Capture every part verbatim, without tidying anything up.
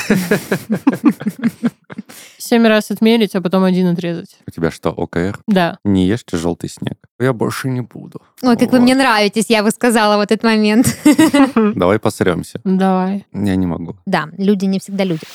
Семь раз отмерить, а потом один отрезать. У тебя что, ОКР? Да. Не ешьте желтый снег. Я больше не буду. Ой, как Вот. вы мне нравитесь, я бы сказала в этот момент. Давай посремся. Давай. Я не могу. Да, люди не всегда люди.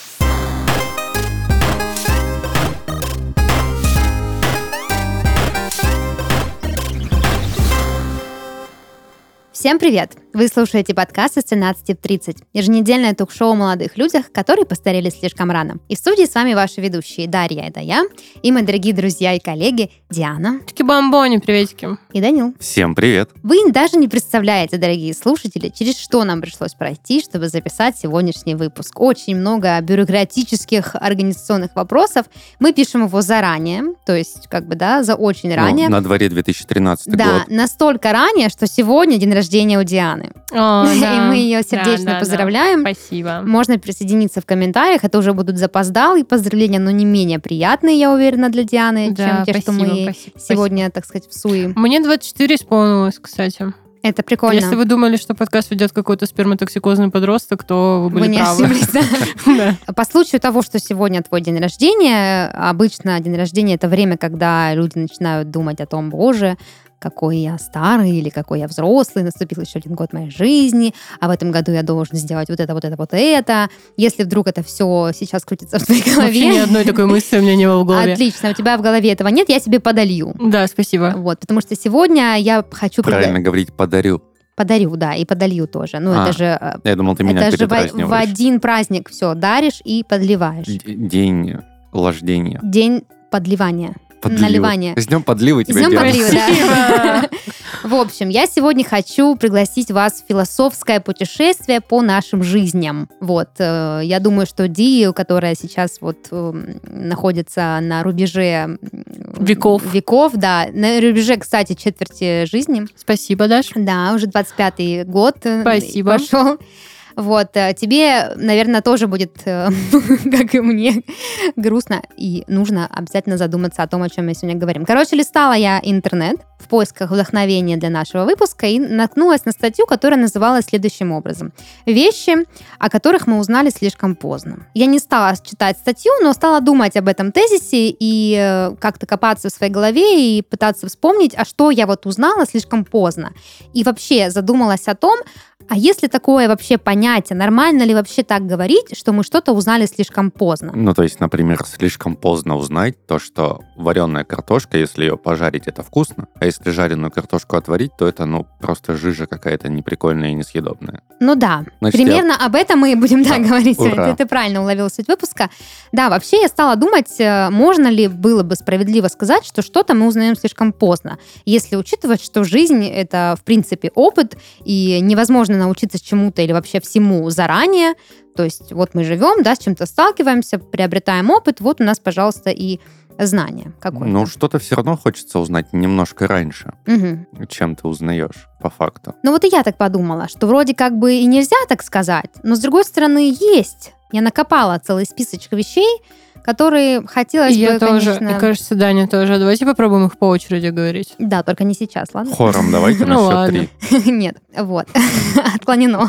Всем привет! Вы слушаете подкаст из тринадцати в тридцать. Еженедельное ток-шоу о молодых людях, которые постарели слишком рано. И в студии с вами ваши ведущие Дарья, это я, и мои дорогие друзья и коллеги Диана Таки-бомбони, приветики. и Данил. Всем привет. Вы даже не представляете, дорогие слушатели, через что нам пришлось пройти, чтобы записать сегодняшний выпуск. Очень много бюрократических организационных вопросов. Мы пишем его заранее, то есть как бы, да, за очень Ну, ранее. на дворе две тысячи тринадцатый Да, год. настолько ранее, что сегодня день рождения у Дианы. О, да. И мы ее Да, сердечно да, да. поздравляем. Спасибо. Можно присоединиться в комментариях. Это уже будут запоздалые поздравления, но не менее приятные, я уверена, для Дианы, Да, чем те, что спасибо, мы спасибо, сегодня, так сказать, всуем. Мне двадцать четыре исполнилось, кстати. Это прикольно. Если вы думали, что подкаст ведет какой-то сперматоксикозный подросток, то вы были Вы не правы. ошиблись, да? Да. По случаю того, что сегодня твой день рождения, обычно день рождения — это время, когда люди начинают думать о том, боже, какой я старый или какой я взрослый, наступил еще один год моей жизни, а в этом году я должен сделать вот это, вот это, вот это. Если вдруг это все сейчас крутится в твоей голове... Вообще ни одной такой мысли у меня не было в голове. Отлично, у тебя в голове этого нет, я тебе подолью. Да, спасибо. Вот, потому что сегодня я хочу... Правильно прида- говорить, подарю. Подарю, да, и подолью тоже. Ну, А, это же... э, Я думал, ты меня Это же в, в передразниваешь. один праздник все даришь и подливаешь. Д- День лождения. День подливания. Подливы. Наливания. С днем подливы С тебя, днем Диана. подливы, да. Спасибо. В общем, я сегодня хочу пригласить вас в философское путешествие по нашим жизням. Вот, э, я думаю, что Ди, которая сейчас вот э, находится на рубеже м, Веков. веков, да, на рубеже, кстати, четверти жизни. Спасибо, Даш. Да, уже двадцать пятый год э, Спасибо. пошел. Вот, э, тебе, наверное, тоже будет, э, как и мне, грустно, и нужно обязательно задуматься о том, о чем мы сегодня говорим. Короче, листала я интернет в поисках вдохновения для нашего выпуска и наткнулась на статью, которая называлась следующим образом. «Вещи, о которых мы узнали слишком поздно». Я не стала читать статью, но стала думать об этом тезисе и э, как-то копаться в своей голове и пытаться вспомнить, а что я вот узнала слишком поздно. И вообще задумалась о том, а есть ли такое вообще понятие, нормально ли вообще так говорить, что мы что-то узнали слишком поздно? Ну, то есть, например, слишком поздно узнать то, что вареная картошка, если ее пожарить, это вкусно, а если жареную картошку отварить, то это, ну, просто жижа какая-то неприкольная и несъедобная. Ну да, Значит, примерно об этом мы и будем да, Да, говорить. ура. Ты, ты правильно уловил суть выпуска. Да, вообще я стала думать, э, можно ли было бы справедливо сказать, что что-то мы узнаем слишком поздно, если учитывать, что жизнь — это, в принципе, опыт, и невозможно научиться чему-то или вообще всему заранее. То есть вот мы живем, да, с чем-то сталкиваемся, приобретаем опыт, вот у нас, пожалуйста, и знание какое-то. Ну, что-то все равно хочется узнать немножко раньше, Мгм. чем ты узнаешь, по факту. Ну вот и я так подумала, что вроде как бы и нельзя так сказать, но с другой стороны есть. Я накопала целый списочек вещей, которые хотелось И я бы, тоже, конечно... и, кажется, Даня тоже. Давайте попробуем их по очереди говорить. Да, только не сейчас, ладно? Хором давайте на Ну счет ладно. три. Нет, вот. Отклонено.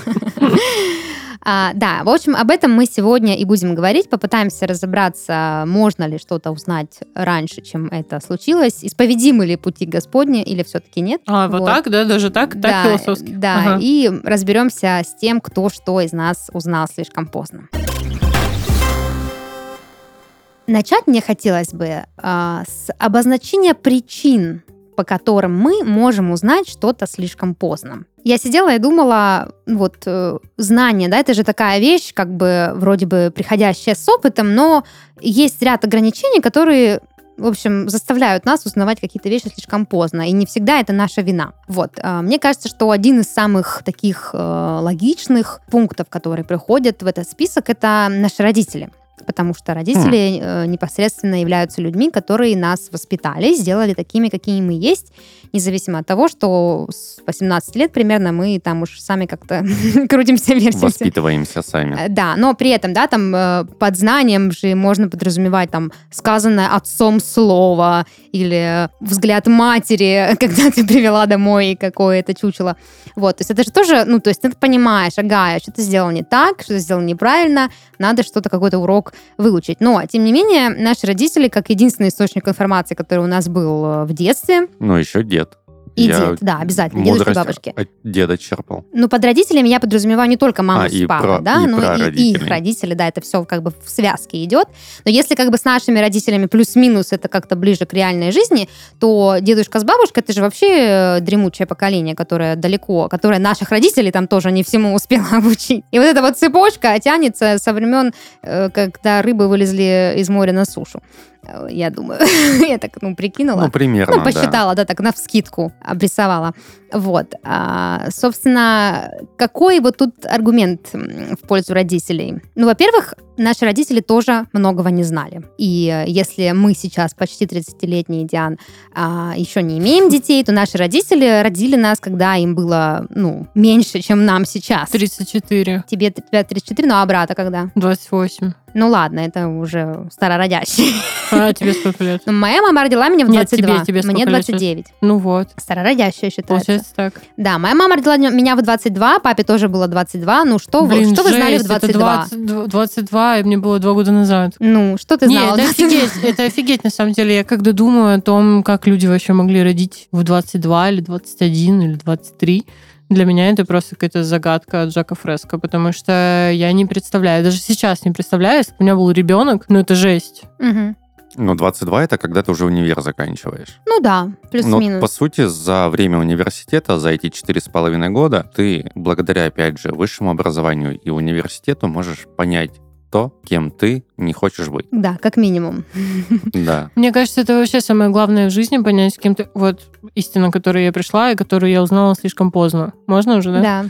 А, да, в общем, об этом мы сегодня и будем говорить. Попытаемся разобраться, можно ли что-то узнать раньше, чем это случилось. Исповедимы ли пути Господни или все-таки нет? А, вот, так, да? Даже так? Так Да, философски? да. Ага. И разберемся с тем, кто что из нас узнал слишком поздно. Начать мне хотелось бы а, с обозначения причин, по которым мы можем узнать что-то слишком поздно. Я сидела и думала, вот, э, знание, да, это же такая вещь, как бы, вроде бы приходящая с опытом, но есть ряд ограничений, которые, в общем, заставляют нас узнавать какие-то вещи слишком поздно, и не всегда это наша вина. Вот, э, мне кажется, что один из самых таких э, логичных пунктов, которые приходят в этот список, это наши родители. потому что родители mm. непосредственно являются людьми, которые нас воспитали, сделали такими, какими мы есть, независимо от того, что с восемнадцати лет примерно мы там уж сами как-то крутимся, вертимся. Воспитываемся сами. Да, но при этом, да, там под знанием же можно подразумевать там сказанное отцом слово или взгляд матери, когда ты привела домой какое-то чучело. Вот, то есть это же тоже, ну, то есть ты понимаешь, ага, я что-то сделал не так, что-то сделал неправильно, надо что-то, какой-то урок выучить. Но, тем не менее, наши родители, как единственный источник информации, который у нас был в детстве... Ну, еще дед. И я дед, да, обязательно, дедушки и бабушки. От деда черпал. Ну, под родителями я подразумеваю не только маму а, с папой, про, да, и но и, и их родители, да, это все как бы в связке идет. Но если как бы с нашими родителями плюс-минус это как-то ближе к реальной жизни, то дедушка с бабушкой, это же вообще дремучее поколение, которое далеко, которое наших родителей там тоже не всему успело обучить. И вот эта вот цепочка тянется со времен, когда рыбы вылезли из моря на сушу. Я думаю, я так, ну, прикинула. Ну, примерно, Ну, посчитала, да, да так навскидку обрисовала. Вот. А, собственно, какой вот тут аргумент в пользу родителей? Ну, во-первых, наши родители тоже многого не знали. И если мы сейчас, почти тридцатилетний Диан, а, еще не имеем детей, то наши родители родили нас, когда им было, ну, меньше, чем нам сейчас. тридцать четыре. Тебе, тебе тридцать четыре, ну, а брата когда? двадцать восемь. Ну, ладно, это уже старородящий. А тебе сколько лет? Ну, моя мама родила меня в двадцать два. Нет, тебе, тебе Мне двадцать девять. Лет? Ну вот. Старородящая считается. Получается так. Да, моя мама родила меня в двадцать два, папе тоже было двадцать два. Ну, что, Блин, вы, что жесть, вы знали в двадцать два? Это двадцать, двадцать два, и мне было два года назад. Ну, что ты знала? Нет, это офигеть, это офигеть, на самом деле. Я когда думаю о том, как люди вообще могли родить в двадцать два или двадцать один или двадцать три, для меня это просто какая-то загадка от Жака Фреско, потому что я не представляю, даже сейчас не представляю, если бы у меня был ребенок, ну это жесть. Угу. Ну, двадцать два это когда ты уже универ заканчиваешь. Ну да, плюс-минус. Но, по сути, за время университета, за эти четыре с половиной года, ты, благодаря, опять же, высшему образованию и университету, можешь понять то, кем ты не хочешь быть. Да, как минимум. Да. Мне кажется, это вообще самое главное в жизни, понять, кем ты... Вот истина, к которой я пришла и которую я узнала слишком поздно. Можно уже, да? Да.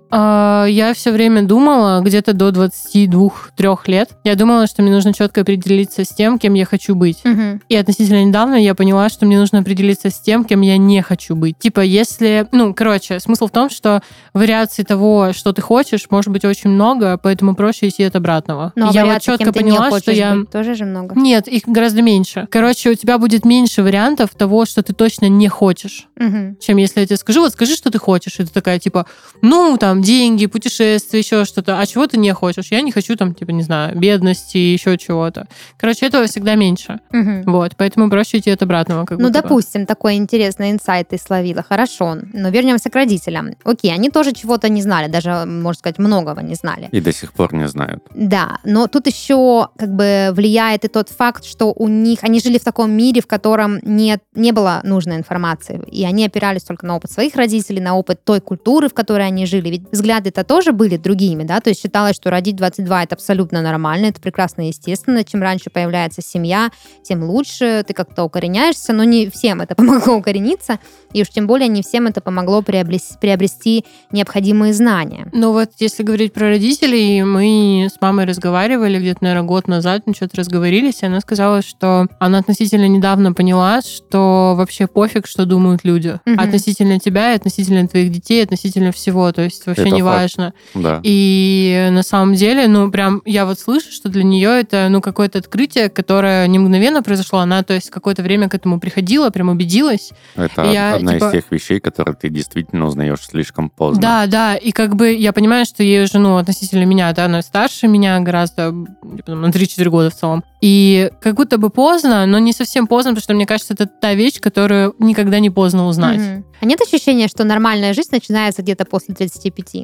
Я все время думала, где-то до двадцати двух-трёх лет, я думала, что мне нужно четко определиться с тем, кем я хочу быть. Угу. И относительно недавно я поняла, что мне нужно определиться с тем, кем я не хочу быть. Типа, если... Ну, короче, смысл в том, что вариаций того, что ты хочешь, может быть очень много, поэтому проще идти от обратного. Но я вот вариаций, четко кем ты поняла, не что я... быть, тоже же много. Нет, их гораздо меньше. Короче, у тебя будет меньше вариантов того, что ты точно не хочешь, угу. чем если я тебе скажу, вот скажи, что ты хочешь. И ты такая, типа, ну, там, деньги, путешествия, еще что-то. А чего ты не хочешь? Я не хочу, там, типа, не знаю, бедности, еще чего-то. Короче, этого всегда меньше. Угу. Вот, поэтому проще идти от обратного. Как ну, будто допустим, бы. Такой интересный инсайт ты словила. Хорошо. Но вернемся к родителям. Окей, они тоже чего-то не знали, даже, можно сказать, многого не знали. И до сих пор не знают. Да, но тут еще как бы влияет и тот факт, что у них, они жили в таком мире, в котором нет, не было нужной информации. И они опирались только на опыт своих родителей, на опыт той культуры, в которой они жили. Ведь взгляды-то тоже были другими, да, то есть считалось, что родить двадцать два это абсолютно нормально, это прекрасно и естественно, чем раньше появляется семья, тем лучше, ты как-то укореняешься, но не всем это помогло укорениться, и уж тем более не всем это помогло приобрести, приобрести необходимые знания. Ну вот, если говорить про родителей, мы с мамой разговаривали где-то, наверное, год назад, мы что-то разговорились, и она сказала, что она относительно недавно поняла, что вообще пофиг, что думают люди. Угу. Относительно тебя, относительно твоих детей, относительно всего, то есть вообще не важно. Да. И на самом деле, ну, прям я вот слышу, что для нее это, ну, какое-то открытие, которое не мгновенно произошло, она, то есть, какое-то время к этому приходила, прям убедилась. Это я, одна типа... из тех вещей, которые ты действительно узнаешь слишком поздно. Да, да, и как бы я понимаю, что ей уже, ну, относительно меня, да, она старше меня гораздо, типа, на три-четыре года в целом. И как будто бы поздно, но не совсем поздно, потому что, мне кажется, это та вещь, которую никогда не поздно узнать. Угу. А нет ощущения, что нормальная жизнь начинается где-то после тридцати пяти?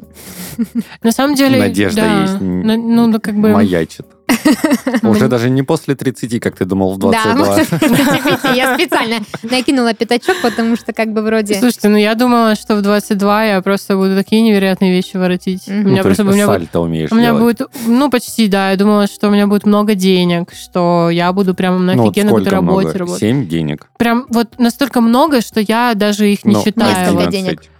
На самом деле, надежда да, есть, на, ну, как бы... маячит. Уже даже не после тридцати, как ты думал, в двадцать два. Да, я специально накинула пятачок, потому что как бы вроде... Слушайте, ну я думала, что в двадцать два я просто буду такие невероятные вещи воротить. Mm-hmm. У меня ну, просто то есть у меня сальто умеешь У меня делать. будет, ну почти, да, я думала, что у меня будет много денег, что я буду прям на ну, офигенной вот работе много? работать. Семь денег? Прям вот настолько много, что я даже их не ну, считаю. Несколько одиннадцать. денег.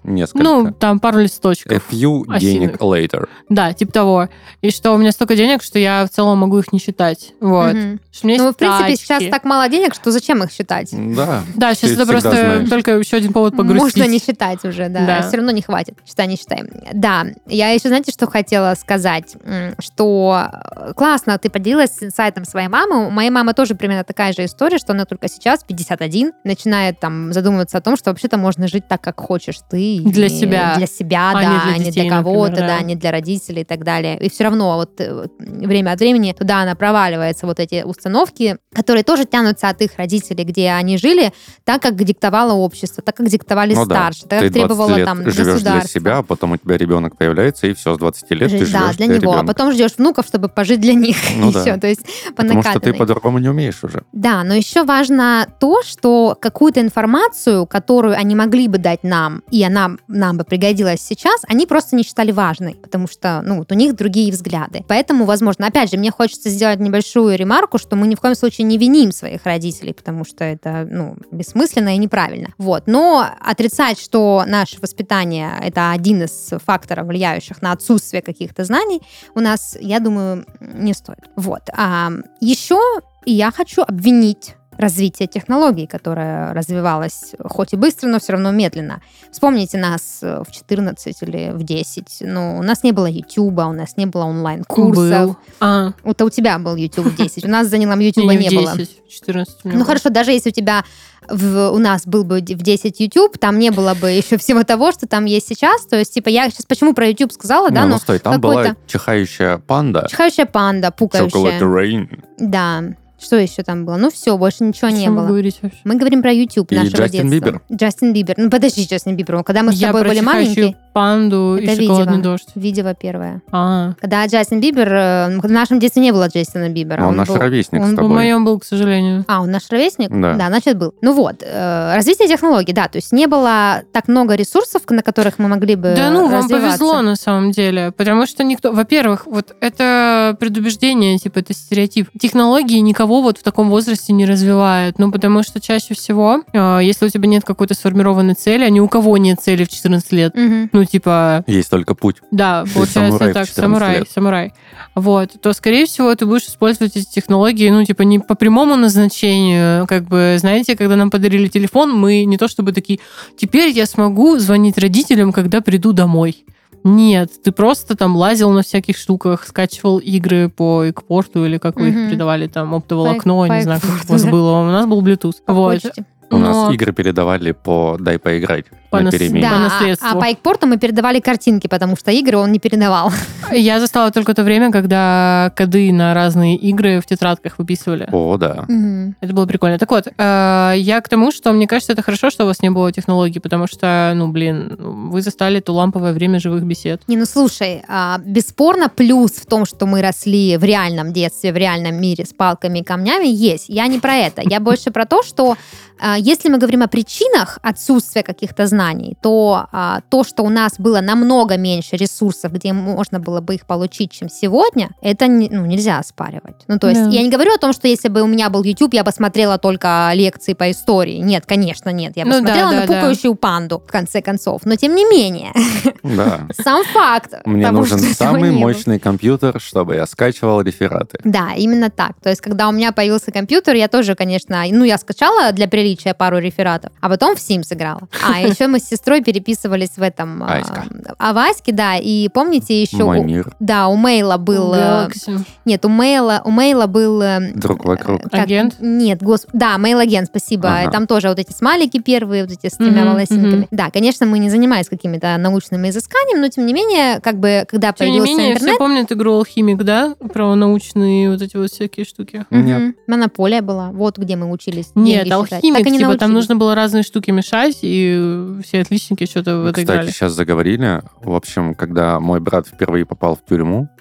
Несколько. Ну, там пару листочков. A few денег later. Да, типа того. И что у меня столько денег, что я в целом могу их не считать. Вот. Мгм. Что у меня Ну, есть в принципе, тачки. сейчас так мало денег, что зачем их считать? Да. Да, сейчас Ты это всегда просто знаешь. только еще один повод погрустить. Можно не считать уже, да. Да. Все равно не хватит. Считай, не считай. Да, я еще, знаете, что хотела сказать? М, Что э, классно ты поделилась с инсайтом своей мамы. У моей мамы тоже примерно такая же история, что она только сейчас, пятьдесят один, начинает там задумываться о том, что вообще-то можно жить так, как хочешь ты. Для И себя. Для себя, А да, не для а не детей, для кого-то, например, да, да. не для родителей и так далее. И все равно вот э, время от времени туда она проваливается, вот эти установки, которые тоже тянутся от их родителей, где они жили, так, как диктовало общество, так, как диктовали Ну да. старше, так, Ты как требовало двадцать лет там живешь для государство. себя, а потом у тебя ребенок появляется, и все, с двадцати лет ты Жить, живешь да, для него, ребенка. а потом ждешь внуков, чтобы пожить для них Ну да. еще, то есть по Потому что ты накатанной. по-другому не умеешь уже. Да, но еще важно то, что какую-то информацию, которую они могли бы дать нам, и она нам бы пригодилась сейчас, они просто не считали важной, потому что, ну, вот у них другие взгляды. Поэтому, возможно, опять же, мне хочется сделать небольшую ремарку, что мы ни в коем случае не виним своих родителей, потому что это, ну, бессмысленно и неправильно. Вот. Но отрицать, что наше воспитание — это один из факторов, влияющих на отсутствие каких-то знаний, у нас, я думаю, не стоит. Вот. А еще я хочу обвинить развитие технологий, которое развивалось хоть и быстро, но все равно медленно. Вспомните нас в четырнадцать или в десять. Ну, у нас не было Ютуба, у нас не было онлайн-курсов. Был. А, Вот у тебя был YouTube в десять. У нас за ним Ютуба не, не в было. десять, четырнадцать у меня Ну было. хорошо, даже если у тебя в- у нас был бы в десять YouTube, там не было бы еще всего того, что там есть сейчас. То есть, типа, я сейчас почему про YouTube сказала, да, Не, ну но стой, там была какой-то чихающая панда. чихающая панда, Chocolate пукающая. Rain. Да. Что еще там было? Ну все, больше ничего О не чем вы было. говорите вообще? Мы говорим про YouTube И нашего Джастин детства. Бибер. Джастин Бибер. Ну подожди, Джастин Бибер. Когда мы с Я тобой про были чихающую маленькие, панду это и шоколадный видео. дождь. Видео первое. А, Когда Джастин Бибер... э, В нашем детстве не было Джастина Бибера. Но он наш был- ровесник с он в тобой. моем был, к сожалению. А, он наш ровесник? Да. значит, был. Ну вот, э, развитие технологий, да, то есть не было так много ресурсов, на которых мы могли бы Да ну, вам развиваться. повезло на самом деле, потому что никто... Во-первых, вот это предубеждение, типа, это стереотип. Технологии никого вот в таком возрасте не развивают, ну, потому что чаще всего, э, если у тебя нет какой-то сформированной цели, а ни у кого нет цели в четырнадцать лет, Мгм. ну, типа, Есть только путь. да, Ты получается самурай в так, четырнадцать самурай, лет. самурай. Вот, то, скорее всего, ты будешь использовать эти технологии, ну, типа, не по прямому назначению, как бы, знаете, когда нам подарили телефон, мы не то чтобы такие, теперь я смогу звонить родителям, когда приду домой. Нет, ты просто там лазил на всяких штуках, скачивал игры по экпорту, или как вы Мгм. их передавали, там, оптоволокно, По- по не знаю, как экпорту, у вас да. было. У нас был Bluetooth. По Вот. почте. У нас Но- игры передавали по «дай поиграть» По на нас- перемене. По Да, а- наследству. а, по экпорту мы передавали картинки, потому что игры он не передавал. Я застала только то время, когда коды на разные игры в тетрадках выписывали. О, да. Мгм. Это было прикольно. Так вот, э, я к тому, что мне кажется, это хорошо, что у вас не было технологий, потому что, ну, блин, вы застали то ламповое время живых бесед. Не, ну слушай, а, бесспорно плюс в том, что мы росли в реальном детстве, в реальном мире с палками и камнями, есть. Я не про это. Я больше про то, что а, если мы говорим о причинах отсутствия каких-то знаний, то а, то, что у нас было намного меньше ресурсов, где можно было бы их получить, чем сегодня, это не- ну, нельзя оспаривать. Ну, то есть Да. я не говорю о том, что если бы у меня был YouTube, я бы смотрела только лекции по истории. Нет, конечно, нет. Я бы Ну да, смотрела да, на да. пукающую панду, в конце концов. Но тем не менее, Да. сам факт Мне того, нужен что этого самый не было. мощный компьютер, чтобы я скачивал рефераты. Да, именно так. То есть, когда у меня появился компьютер, я тоже, конечно, ну, я скачала для приличия пару рефератов, а потом в Sims сыграла. А еще мы с сестрой переписывались в этом... а, Аська. А в Аське, да. И помните еще... Мой у- мир. Да, у Мейла был... э, Galaxy. Нет, у Мейла, у Мейла был... э, Друг вокруг. э, как- Агент? Нет, гос... да, Мейл-агент, спасибо. Ага. Там тоже вот эти смайлики первые, вот эти с тремя Мгм, волосинками. мгм. Да, конечно, мы не занимались какими-то научными изысканиями, но тем не менее, как бы, когда Тем не появился менее, интернет... все помнят игру «Алхимик», да? Про научные вот эти вот всякие штуки. Нет. Мгм. Монополия была. Вот где мы учились. Нет, деньги считать. алхимик, Так и не типа, там научились. нужно было разные штуки мешать, и все отличники что-то в это Кстати, играли. сейчас заговорили. В общем, когда мой брат впервые попал в тюрьму,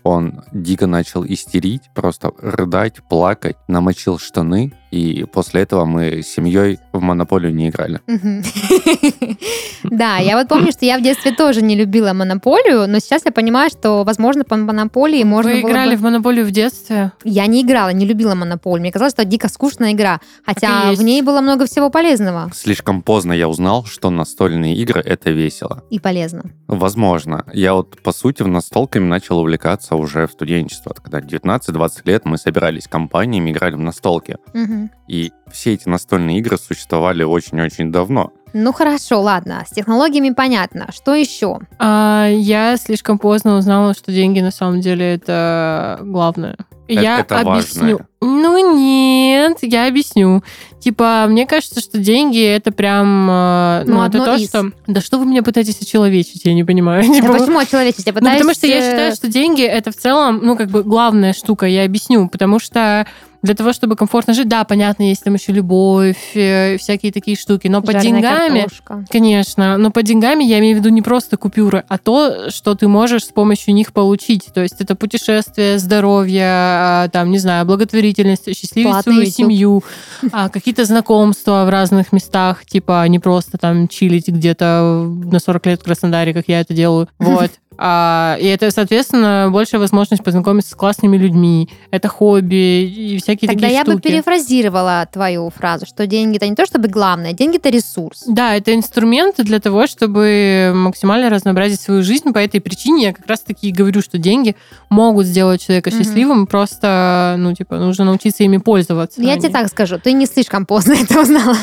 он дико начал истерить, просто рыдать, плакать, намочил штаны, и после этого мы с семьей в «Монополию» не играли. Да, я вот помню, что я в детстве тоже не любила «Монополию», но сейчас я понимаю, что, возможно, по «Монополии» можно было Вы играли в «Монополию» в детстве? Я не играла, не любила «Монополию». Мне казалось, что это дико скучная игра, хотя в ней было много всего полезного. Слишком поздно я узнал, что настольные игры — это весело. И полезно. Возможно. Я вот, по сути, в настолками начал увлекаться уже в студенчестве. Когда девятнадцать-двадцать лет мы собирались компаниями, играли в настолки. Угу. И все эти настольные игры существовали очень-очень давно. Ну хорошо, ладно, с технологиями понятно. Что еще? А, я слишком поздно узнала, что деньги на самом деле это главное. Это, я это объясню. важное. Ну нет, я объясню. Типа, мне кажется, что деньги это прям... Ну, Ну, это одно то, из. что... Да что вы меня пытаетесь очеловечить, я не понимаю. Да Типа, почему очеловечить? Я Ну, пытаюсь... потому что я э, считаю, что деньги это в целом, ну, как бы главная штука, я объясню. Потому что для того, чтобы комфортно жить, да, понятно, есть там еще любовь, э, всякие такие штуки, но под жареная деньгами... картошка. Конечно, но под деньгами я имею в виду не просто купюры, а то, что ты можешь с помощью них получить. То есть это путешествие, здоровье, а, там, не знаю, благотворительность, счастливить Платный свою YouTube. семью, а, какие-то знакомства в разных местах, типа не просто там чилить где-то на сорок лет в Краснодаре, как я это делаю. Вот. А, и это, соответственно, большая возможность познакомиться с классными людьми. Это хобби и всякие Тогда такие я штуки. бы перефразировала твою фразу, что деньги это не то чтобы главное, деньги это ресурс. Да, это инструменты для того, чтобы максимально разнообразить свою жизнь. По этой причине я как раз-таки и говорю, что деньги могут сделать человека Мгм. счастливым, просто, ну, типа, нужно научиться ими пользоваться. Я а тебе не- так скажу, ты не слишком поздно это узнала.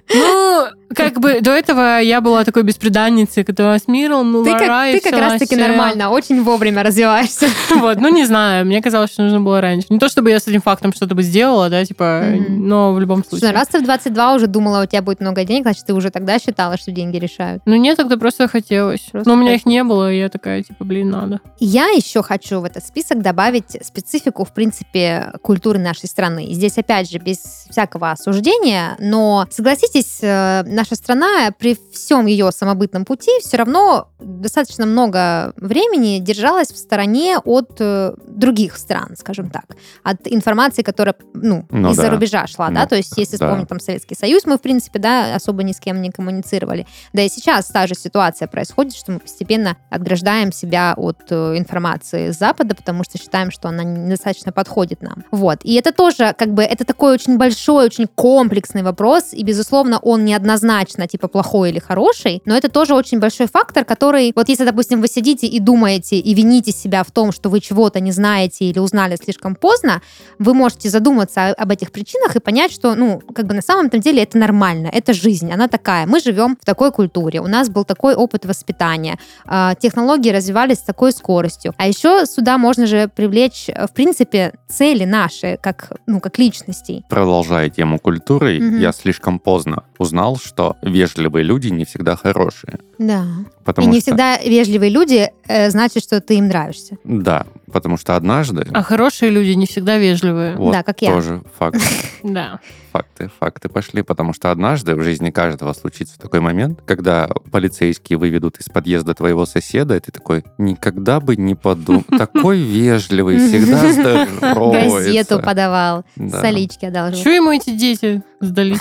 Ну, как бы до этого я была такой бесприданницей, которая с миром, ну, Ты как, ты как раз-таки нормально, очень вовремя развиваешься. Вот, ну, не знаю, мне казалось, что нужно было раньше. Не то, чтобы я с этим фактом что-то бы сделала, да, типа, Мгм. но в любом случае. Слушай, раз ты в двадцать два уже думала, у тебя будет много денег, значит, ты уже тогда считала, что деньги решают. Ну, нет, тогда просто хотелось. Просто Но у меня их хотелось. не было, и я такая, типа, блин, надо. Я еще хочу в этот список добавить специфику, в принципе, культуры нашей страны. И здесь, опять же, без всякого осуждения, но, согласитесь, э, наша страна при всем ее самобытном пути все равно достаточно много времени держалась в стороне от э, других стран, скажем так, от информации, которая, ну, Ну из-за да. рубежа шла, да, Ну, то есть если да. вспомнить там Советский Союз, мы, в принципе, да, особо ни с кем не коммуницировали. Да и сейчас та же ситуация происходит, что мы постепенно отграждаем себя от э, информации с Запада, потому что считаем, что она недостаточно подходит нам. Вот. И это тоже, как бы, это такой очень большой, очень комплексный вопрос, и, безусловно, он неоднозначно, типа, плохой или хороший, но это тоже очень большой фактор, который, вот если, допустим, вы сидите и думаете, и вините себя в том, что вы чего-то не знаете или узнали слишком поздно, вы можете задуматься о- об этих причинах и понять, что, ну, как бы на самом-то деле это нормально, это жизнь, она такая. Мы живем в такой культуре, у нас был такой опыт воспитания, э, технологии развивались с такой скоростью. А еще сюда можно же привлечь, э, в принципе, цели наши, как, ну, как личностей. Продолжая тему культуры, Мгм. я слишком поздно узнал, что вежливые люди не всегда хорошие. Да. Потому и не что... всегда вежливые люди э, значит, что ты им нравишься. Да, потому что однажды... А хорошие люди не всегда вежливые. Вот Да, как я. тоже факт. Да. Факты, факты пошли, потому что однажды в жизни каждого случится такой момент, когда полицейские выведут из подъезда твоего соседа, и ты такой, никогда бы не подумал, такой вежливый, всегда здоровается. Газету подавал, Да. солички одолжил. Чего ему эти дети сдались?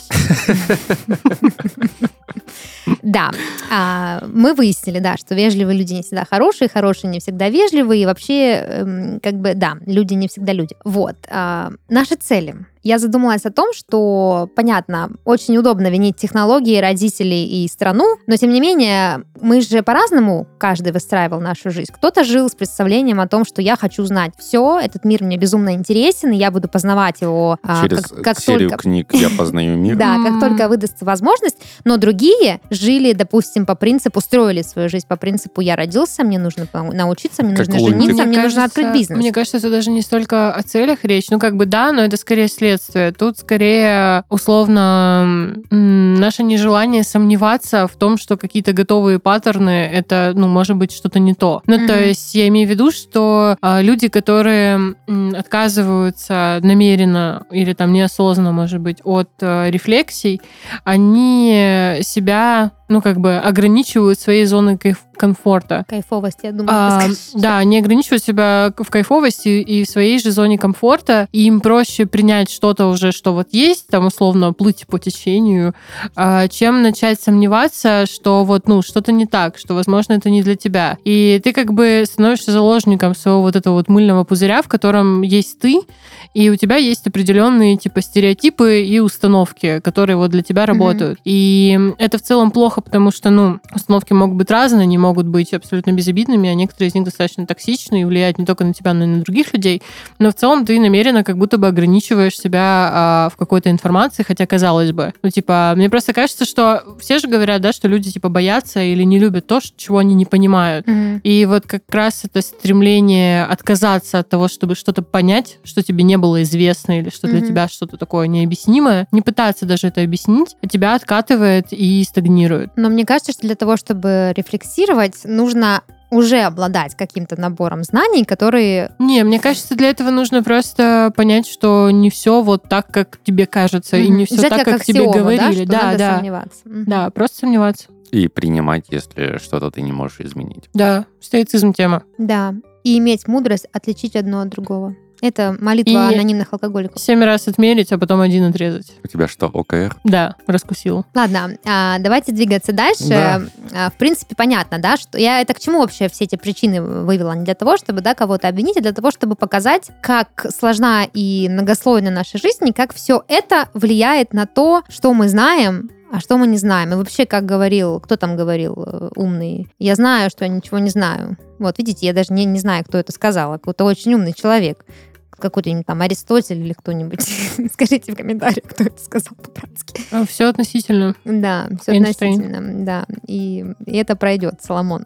Да, а, мы выяснили, да, что вежливые люди не всегда хорошие, хорошие не всегда вежливые, и вообще, эм, как бы, да, люди не всегда люди. Вот, а, наши цели. Я задумалась о том, что, понятно, очень удобно винить технологии, родителей и страну, но, тем не менее, мы же по-разному каждый выстраивал нашу жизнь. Кто-то жил с представлением о том, что я хочу знать все, этот мир мне безумно интересен, и я буду познавать его а, Через как, как серию только... книг «Я познаю мир». Да, как М. только выдастся возможность, но другие жили, допустим, по принципу, строили свою жизнь по принципу «я родился, мне нужно пау- научиться, мне Как нужно лунтик. жениться, мне нужно открыть бизнес». Мне кажется, это даже не столько о целях речь. Ну, как бы да, но это скорее следствие. Тут скорее, условно, м, наше нежелание сомневаться в том, что какие-то готовые паттерны, это, ну, может быть, что-то не то. Ну, Мгм. то есть я имею в виду, что а, люди, которые м, отказываются намеренно или там неосознанно, может быть, от а, рефлексий, они себя, ну, как бы ограничивают своей зоной кайф- комфорта. Кайфовость, я думаю, А, да, они ограничивают себя в кайфовости и в своей же зоне комфорта, и им проще принять что-то уже, что вот есть, там, условно, плыть по течению, а, чем начать сомневаться, что вот, ну, что-то не так, что, возможно, это не для тебя. И ты как бы становишься заложником своего вот этого вот мыльного пузыря, в котором есть ты, и у тебя есть определенные, типа, стереотипы и установки, которые вот для тебя работают. Mm-hmm. И это в целом плохо, потому что, ну, установки могут быть разные, они могут быть абсолютно безобидными, а некоторые из них достаточно токсичны и влияют не только на тебя, но и на других людей. Но в целом ты намеренно как будто бы ограничиваешь себя а, в какой-то информации, хотя, казалось бы, ну, типа, мне просто кажется, что все же говорят, да, что люди, типа, боятся или не любят то, чего они не понимают. Mm-hmm. И вот как раз это стремление отказаться от того, чтобы что-то понять, что тебе не было известно или что mm-hmm. для тебя что-то такое необъяснимое, не пытаться даже это объяснить, а тебя откатывает и стагнирует. Но мне кажется, что для того, чтобы рефлексировать, нужно уже обладать каким-то набором знаний, которые... Не, мне кажется, для этого нужно просто понять, что не все вот так, как тебе кажется, mm-hmm. и не все Взять так, как, как тебе аксиому, говорили. Да, да, надо да. сомневаться. Mm-hmm. Да, просто сомневаться. И принимать, если что-то ты не можешь изменить. Да, стоицизм тема. Да, и иметь мудрость отличить одно от другого. Это молитва И анонимных алкоголиков. Семь раз отмерить, а потом один отрезать. У тебя что, ОКР? Да, раскусил. Ладно, а, давайте двигаться дальше. Да. А, в принципе, понятно, да, что я это к чему вообще все эти причины вывела? Не для того, чтобы, да, кого-то обвинить, а для того, чтобы показать, как сложна и многослойна наша жизнь, и как все это влияет на то, что мы знаем, а что мы не знаем. И вообще, как говорил, кто там говорил, умный, я знаю, что я ничего не знаю. Вот, видите, я даже не, не знаю, кто это сказал, а какой-то очень умный человек. Какой-то там Аристотель или кто-нибудь. Скажите в комментариях, кто это сказал по-братски. Все относительно. Да, все Эйнштейн. относительно. Да, и, и это пройдет, Соломон.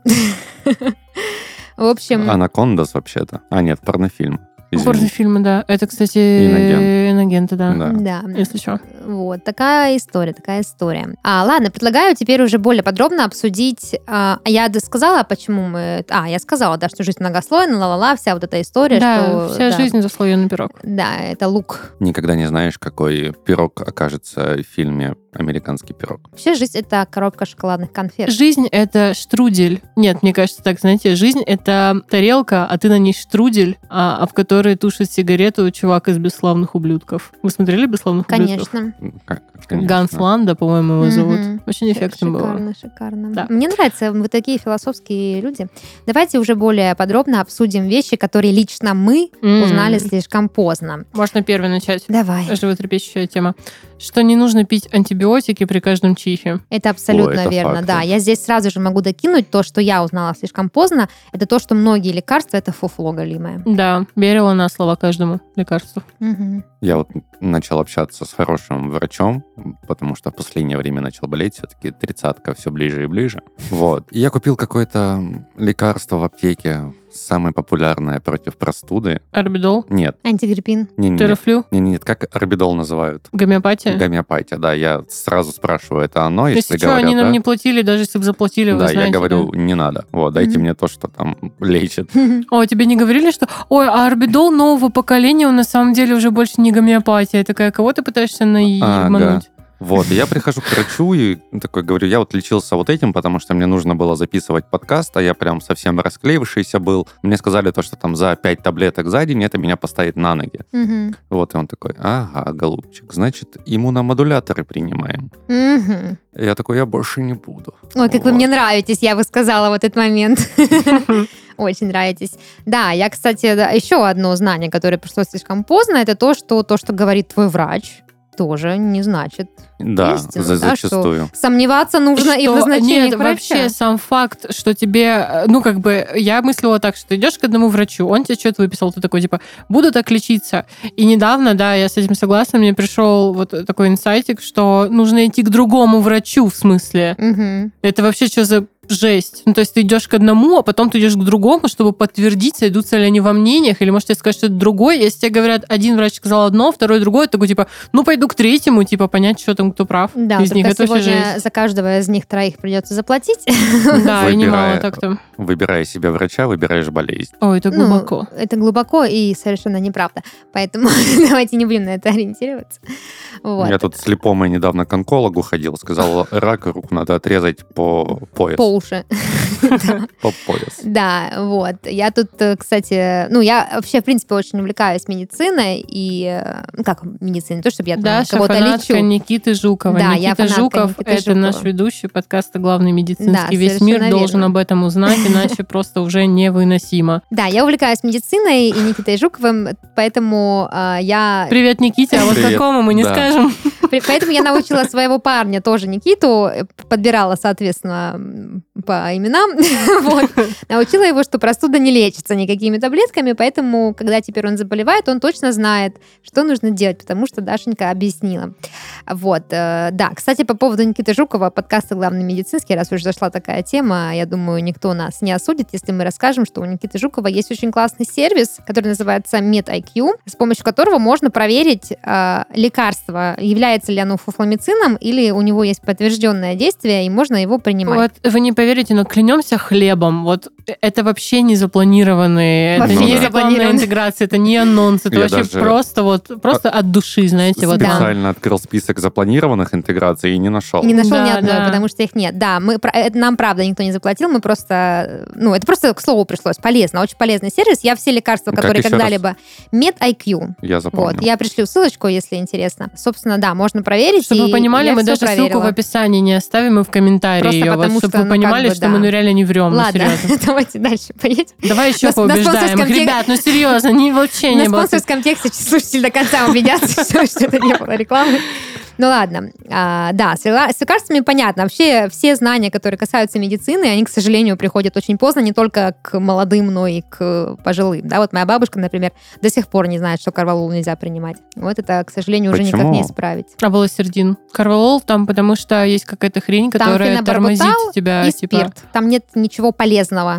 В общем... Анакондас вообще-то. А, нет, порнофильм. Порнофильмы, да. Это, кстати, Иноген. иногенты, да. Да. Да. Если что. Вот, такая история, такая история. А, ладно, предлагаю теперь уже более подробно обсудить. А, я сказала, почему мы... А, я сказала, да, что жизнь многослойна, ла-ла-ла, вся вот эта история, да, что... вся да, жизнь заслоенный пирог. Да, это лук. Никогда не знаешь, какой пирог окажется в фильме «Американский пирог». Вообще жизнь — это коробка шоколадных конфет. Жизнь — это штрудель. Нет, мне кажется так, знаете, жизнь — это тарелка, а ты на ней штрудель, а, а в которой тушит сигарету чувак из «Бесславных ублюдков». Вы смотрели «Бесславных ублюдков»? Конечно. Как, конечно. Ганс Ланда, по-моему, его зовут. Мгм. Очень эффектно было. Шикарно, шикарно. Да. Мне нравятся вы такие философские люди. Давайте уже более подробно обсудим вещи, которые лично мы М. узнали слишком поздно. Можно первой начать. Давай. Животрепещущая тема. Что не нужно пить антибиотики при каждом чихе. Это абсолютно О, это верно, факт. да. Я здесь сразу же могу докинуть то, что я узнала слишком поздно. Это то, что многие лекарства — это фуфло галимое. Да, верила на слово каждому лекарству. Мгм. Я вот начал общаться с хорошим врачом, потому что в последнее время начал болеть, все-таки тридцатка все ближе и ближе. Вот. И я купил какое-то лекарство в аптеке, самое популярное против простуды. Орбидол, Нет, Антигриппин. не, не, терафлю, не, не, как орбидол называют? гомеопатия. Гомеопатия, да. Я сразу спрашиваю, это оно, если, Если что, говорят, они нам да? не платили, даже если бы заплатили, вы Да, знаете. я говорю, да. не надо. Вот, дайте Мгм. мне то, что там лечит. О, тебе не говорили, что ой, а орбидол нового поколения, он на самом деле уже больше не гомеопатия. Такая, кого ты пытаешься наебануть? Вот, и я прихожу к врачу и такой говорю, я вот лечился вот этим, потому что мне нужно было записывать подкаст, а я прям совсем расклеившийся был. Мне сказали то, что там за пять таблеток за день это меня поставит на ноги. Мгм. Вот, и он такой, ага, голубчик, значит, иммуномодуляторы принимаем. Мгм. И я такой, я больше не буду. Ой, как вы Вот. мне нравитесь, я бы сказала в этот момент. Очень нравитесь. Да, я, кстати, да, еще одно знание, которое пришло слишком поздно, это то, что то, что говорит твой врач, тоже не значит. Да, Истина, за- да, что зачастую. Сомневаться нужно и в Что- назначениях Нет, врача. вообще сам факт, что тебе, ну, как бы, я мыслила так, что идешь к одному врачу, он тебе что-то выписал, ты такой, типа, буду так лечиться. И недавно, да, я с этим согласна, мне пришел вот такой инсайтик, что нужно идти к другому врачу, в смысле. Мгм. Это вообще что за жесть? Ну, то есть ты идешь к одному, а потом ты идешь к другому, чтобы подтвердить, сойдутся ли они во мнениях, или, может, тебе сказать, что это другой. Если тебе говорят, один врач сказал одно, второй другое, такой, типа, ну, пойду к третьему, типа, понять, что там, кто прав. Да, из них только это вообще сегодня жесть. за каждого из них троих придется заплатить. Да, и немало Выбирая- так-то. Выбирая себе врача, выбираешь болезнь. Ой, это Ну, глубоко. это глубоко и совершенно неправда. Поэтому давайте не будем на это ориентироваться. Вот. Я тут слепому недавно к онкологу ходил, сказал, рак, руку надо отрезать по пояс. По уши. По пояс. Да, вот. Я тут, кстати, ну, я вообще, в принципе, очень увлекаюсь медициной и, ну, как медициной, не то, чтобы я там Даша кого-то фанатка лечу. Никиты Жукова. Да, я Никита фанатка Жуков — Никиты это Жукова. наш ведущий подкаста «Главный медицинский». Да, Весь мир совершенно должен верно. об этом узнать, иначе просто уже невыносимо. Да, я увлекаюсь медициной и Никитой Жуковым, поэтому э, я... Привет, Никите, а вот Привет. какому мы не Да. скажем. При- Поэтому я научила своего парня, тоже Никиту, э, подбирала, соответственно, м, по именам, вот. Научила его, что простуда не лечится никакими таблетками, поэтому, когда теперь он заболевает, он точно знает, что нужно делать, потому что Дашенька объяснила. Вот, э, да. Кстати, по поводу Никиты Жукова, подкаста «Главный медицинский», раз уж зашла такая тема, я думаю, никто нас не осудит, если мы расскажем, что у Никиты Жукова есть очень классный сервис, который называется MedIQ, с помощью которого можно проверить э, лекарство, является ли оно фуфломицином, или у него есть подтвержденное действие, и можно его принимать. Вот вы не поверите, но клянемся хлебом. Вот это вообще не запланированные, это Вообще не не рекламная запланированно. интеграция, это не анонс, это Я вообще даже- просто вот просто от души, знаете, вот. Да. Специально открыл список запланированных интеграций и не нашел. И не нашел Да, ни одной, да. потому что их нет. Да, мы, про- это нам, правда, никто не заплатил, мы просто... Ну, это просто к слову пришлось. Полезно, очень полезный сервис. Я все лекарства, Как которые еще когда-либо... MedIQ. Я запомнил. Вот, я пришлю ссылочку, если интересно. Собственно, да, можно проверить. Чтобы вы и понимали, я мы всё даже ссылку проверила. в описании не оставим, и в комментарии Просто ее, потому вот, что, чтобы вы ну, как понимали, бы, что да. мы ну реально не врем, ну Ладно, серьезно. давайте дальше поедем. Давай еще На- на поубеждаем спонсорском их. тек- Ребят, ну серьезно, не, вообще не На было. спонсорском тексте слушатели до конца убедятся, что, что это не было рекламы. Ну ладно, А, да, с лекар- с лекарствами понятно. Вообще все знания, которые касаются медицины, они, к сожалению, приходят очень поздно, не только к молодым, но и к пожилым. Да, вот моя бабушка, например, до сих пор не знает, что карвалол нельзя принимать. Вот это, к сожалению, уже никак Почему? не исправить. А волосердин. Карвалол там, потому что есть какая-то хрень, Там которая тормозит фенобарбитал тебя, и типа. спирт. Там нет ничего полезного.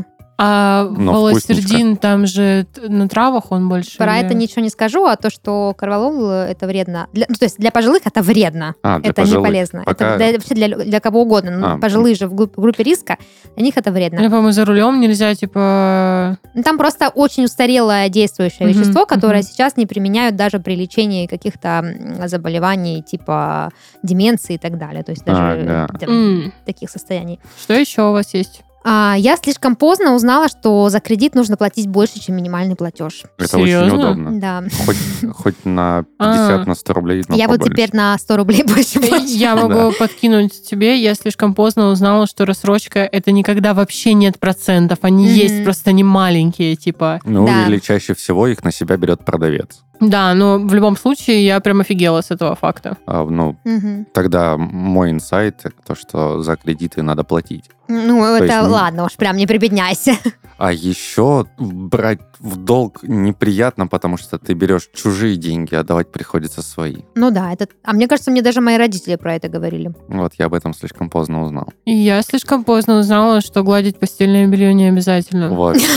А Но волосердин, там же т- на травах он больше. Про или- это ничего не скажу, а то, что карвалол э, это вредно. Для- ну, то есть для пожилых это вредно. А, для Это пожилых. не полезно. Пока- Это для, вообще для, для кого угодно. Ну, А, пожилые же в группе, в группе риска, для них это вредно. Или, по-моему, за рулем нельзя, типа... Ну, там просто очень устарелое действующее Мгм, вещество, которое мгм. сейчас не применяют даже при лечении каких-то м, заболеваний типа деменции и так далее. То есть даже А, да. э, там, М. таких состояний. Что еще у вас есть? А, я слишком поздно узнала, что за кредит нужно платить больше, чем минимальный платеж. Это очень Серьезно? удобно. Да. Хоть, хоть на А. пятьдесят, на сто рублей. но Я вот побольше. теперь на сто рублей больше плачу. Я могу подкинуть тебе. Я слишком поздно узнала, что рассрочка — это никогда вообще нет процентов. Они Мгм. есть, просто они маленькие, типа. Ну, Да. или чаще всего их на себя берет продавец. Да, но в любом случае я прям офигела с этого факта. А, ну, Мгм. тогда мой инсайт, то, что за кредиты надо платить. Ну, это есть, ну- ладно, уж прям не прибедняйся. А еще брать в долг неприятно, потому что ты берешь чужие деньги, а давать приходится свои. Ну да, это... А мне кажется, мне даже мои родители про это говорили. Вот я об этом слишком поздно узнал. И я слишком поздно узнала, что гладить постельное белье не обязательно. Вообще.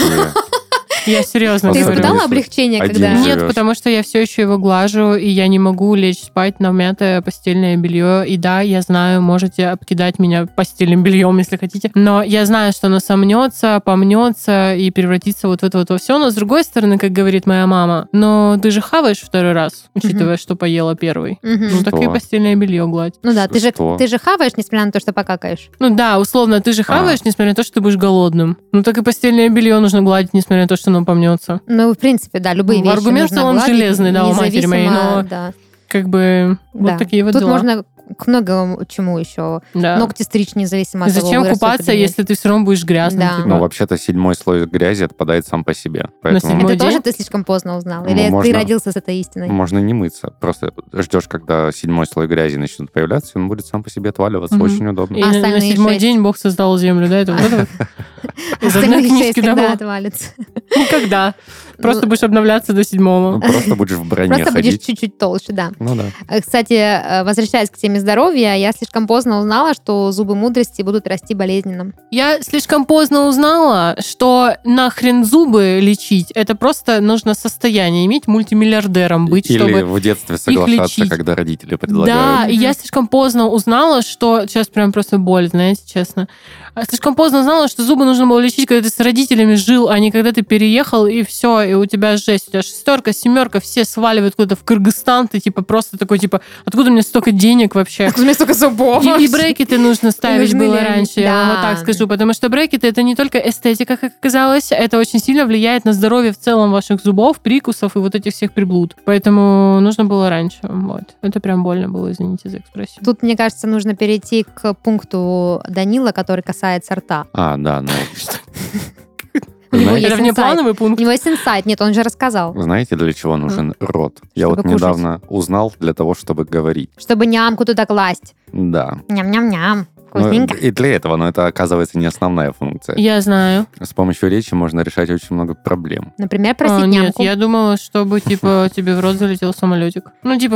Я серьезно Вот Ты это говорю. испытала если облегчение, один когда... же- Нет, живешь. потому что я все еще его глажу, и я не могу лечь спать на мятое постельное белье. И да, я знаю, можете обкидать меня постельным бельем, если хотите. Но я знаю, что оно сомнется, помнется и превратится вот в это вот во все. Но с другой стороны, как говорит моя мама, но ты же хаваешь второй раз, учитывая, что поела первый. Мгм. Ну, так и Что? постельное белье гладь. Ну да, ты же, Что? ты же хаваешь, несмотря на то, что покакаешь. Ну да, условно, ты же А. хаваешь, несмотря на то, что ты будешь голодным. Ну так и постельное белье нужно гладить, несмотря на то, что оно помнется. Ну, в принципе, да, любые Ну, вещи аргумент в нужно целом гладить, железный, да, у матери моей, независимо, но да, Как бы да. вот такие вот Тут дела. можно к многому чему еще. Да. Ногти стричь независимо от того, Зачем вырастут купаться, или нет. если ты все равно будешь грязным? Да. типа? Ну, вообще-то седьмой слой грязи отпадает сам по себе. Поэтому седьмой Это тоже день? ты слишком поздно узнал? Ну, Или ты можно- родился с этой истиной? можно не мыться. Просто ждешь, когда седьмой слой грязи начнет появляться, и он будет сам по себе отваливаться. Мгм. Очень удобно. И А на- на остальные седьмой шесть? день Бог создал землю, да? Это вот это вот? Из одной Остальные книжки, шесть да, когда было? отвалится? Никогда. Просто Ну, будешь обновляться до Ну, седьмого. просто будешь в броне Просто будешь ходить. чуть-чуть толще, да. Ну да. Э, Кстати, э, возвращаясь к теме здоровья, я слишком поздно узнала, что зубы мудрости будут расти болезненно. Я слишком поздно узнала, что нахрен зубы лечить, это просто нужно состояние иметь, мультимиллиардером быть, Или чтобы... в детстве соглашаться, лечить. когда родители Да, предлагают. и я слишком поздно узнала, что... Сейчас прям просто боль, знаете, честно. А Слишком поздно узнала, что зубы нужно было лечить, когда ты с родителями жил, а не когда ты переехал, и все, и у тебя жесть, у тебя шестерка, семерка, все сваливают куда-то в Кыргызстан, ты типа просто такой, типа, откуда у меня столько денег вообще? Откуда у меня столько зубов? И, и брекеты нужно ставить Нужны было ли они? раньше, я вам Да. вот так скажу, потому что брекеты это не только эстетика, как оказалось, это очень сильно влияет на здоровье в целом ваших зубов, прикусов и вот этих всех приблуд. Поэтому нужно было раньше. Вот. Это прям больно было, извините за экспрессию. Тут, мне кажется, нужно перейти к пункту Данила, который касается рта. А, да, ну... У него Знаете, есть Это внеплановый У пункт. него есть инсайт. Нет, он же рассказал. знаете, для чего нужен рот? Я Чтобы вот кушать. недавно узнал для того, чтобы говорить. Чтобы нямку туда класть. Да. Ням-ням-ням. Ну, Вкусненько. и для этого, но это, оказывается, не основная функция. Я знаю. С помощью речи можно решать очень много проблем. Например, А, просить нет, нямку. я думала, чтобы, типа, тебе в рот залетел самолетик. Ну, типа,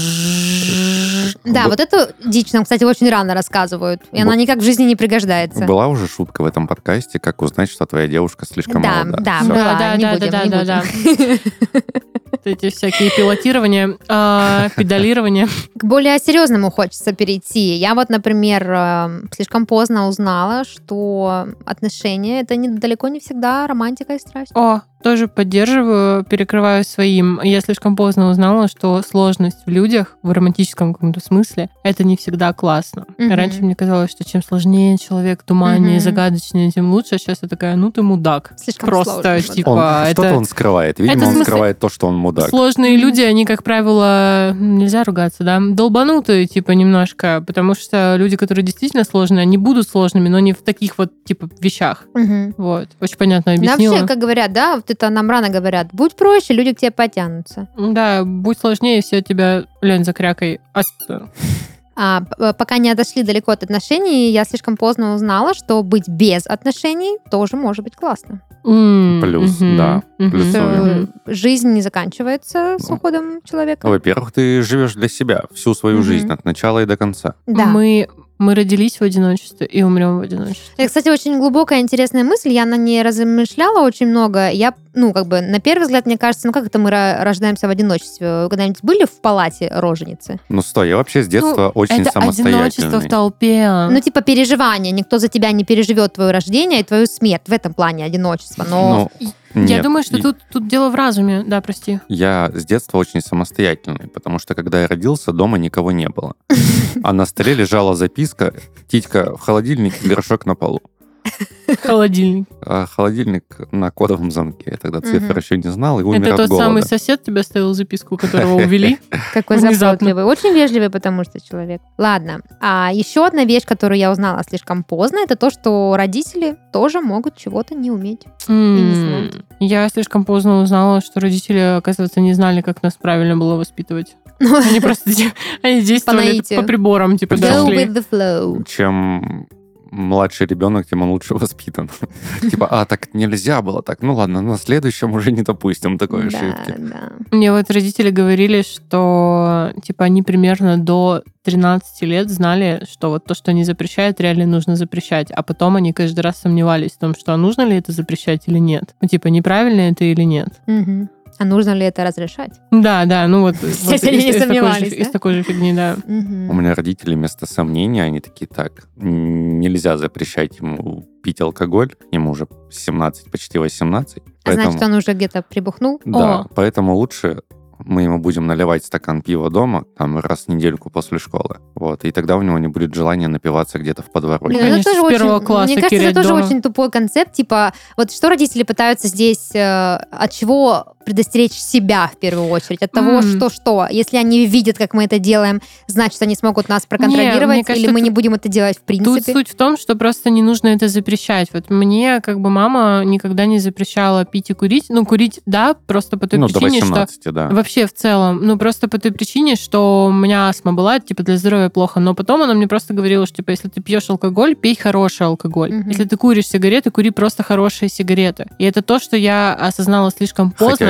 вжжж. Да, Б- вот эту дичь нам, кстати, очень рано рассказывают. И Б- она никак в жизни не пригождается. Была уже шутка в этом подкасте, как узнать, что твоя девушка слишком Да, молода. да, Всё. была. Да, да, не да, будем, да, не да, да, да. Вот эти всякие пилотирования, а, педалирования. К более серьезному хочется перейти. Я вот, например, э, слишком поздно узнала, что отношения — это не, далеко не всегда романтика и страсть. О, тоже поддерживаю, перекрываю своим. Я слишком поздно узнала, что сложность в людях в романтическом каком-то смысле это не всегда классно. Мгм. Раньше мне казалось, что чем сложнее человек, туманнее, Мгм. загадочнее, тем лучше. А сейчас я такая, ну ты мудак. Слишком Просто сложно. типа Он- это Что-то он скрывает. Видимо, это в он смысле- скрывает то, что он мудак. сложные Мгм. люди, они, как правило, нельзя ругаться, да, долбанутые, типа, немножко, потому что люди, которые действительно сложные, они будут сложными, но не в таких вот, типа, вещах. Мгм. Вот. Очень понятно Ну, объяснила. вообще, как говорят, да, вот это нам рано говорят, будь проще, люди к тебе потянутся. Да, будь сложнее, все тебя, Лень, закрякай. А- А, п- пока не отошли далеко от отношений, я слишком поздно узнала, что быть без отношений тоже может быть классно. М, Плюс, мгм, да, мгм. плюсую. Что Мгм. жизнь не заканчивается с Ну, уходом человека. Во-первых, ты живешь для себя всю свою Мгм. жизнь, от начала и до конца. Да. Мы, мы родились в одиночестве и умрем в одиночестве. Это, кстати, очень глубокая, интересная мысль. Я на ней размышляла очень много. Я, ну, как бы, на первый взгляд, мне кажется, ну, как это мы ро- рождаемся в одиночестве? Вы когда-нибудь были в палате роженицы? Ну, стой, я вообще с детства очень Это одиночество самостоятельный. в толпе. Ну, типа, переживания. Никто за тебя не переживет твое рождение и твою смерть. В этом плане одиночество. Но Ну, Я нет, думаю, что и- тут, тут дело в разуме. Да, прости. Я с детства очень самостоятельный, потому что, когда я родился, дома никого не было. А на столе лежала записка, титька в холодильнике, горшок на полу. Холодильник. А холодильник на кодовом замке. Я тогда цифр Мгм. еще не знал и умер Это от тот голода. самый сосед тебе оставил записку, которого увели. какой Внезапно. заботливый. Очень вежливый, потому что человек. Ладно. А еще одна вещь, которую я узнала слишком поздно, это то, что родители тоже могут чего-то не уметь. не знают. М, Я слишком поздно узнала, что родители, оказывается, не знали, как нас правильно было воспитывать. Они просто де- они действовали наитию. по приборам, типа, Go дошли. with the flow. Чем младший ребенок, тем он лучше воспитан. Типа, а, так нельзя было так. Ну ладно, на следующем уже не допустим такой Да, ошибки. да. Мне вот родители говорили, что, типа, они примерно до тринадцати лет знали, что вот то, что они запрещают, реально нужно запрещать. А потом они каждый раз сомневались в том, что а нужно ли это запрещать или нет. Ну, типа, неправильно это или нет. Мгм. А нужно ли это разрешать? Да, да, ну вот, вот Здесь они из, не из такой же, сомневались, из да? такой же фигни, да. Мгм. У меня родители вместо сомнения, они такие, так, м, нельзя запрещать ему пить алкоголь, ему уже семнадцать, почти восемнадцать. А значит, он уже где-то прибухнул? Да, О. поэтому лучше мы ему будем наливать стакан пива дома, там, раз в недельку после школы. Вот, и тогда у него не будет желания напиваться где-то в подворотне. Блин, это Конечно, тоже с первого очень- класса мне кажется, кирять это тоже дома. очень тупой концепт. Типа, вот что родители пытаются здесь, э, от чего предостеречь себя в первую очередь? От того, М. что что. Если они видят, как мы это делаем, значит, они смогут нас проконтролировать, мне кажется, или мы не тут- будем это делать в Тут принципе. суть в том, что просто не нужно это запрещать. Вот мне, как бы, мама никогда не запрещала пить и курить. Ну, курить, да, просто по той Ну, до причине, что... восемнадцати, да. Вообще, в целом. Ну, просто по той причине, что у меня астма была, типа, для здоровья плохо. Но потом она мне просто говорила, что, типа, если ты пьешь алкоголь, пей хороший алкоголь. Мгм. Если ты куришь сигареты, кури просто хорошие сигареты. И это то, что я осознала слишком поздно. Хотя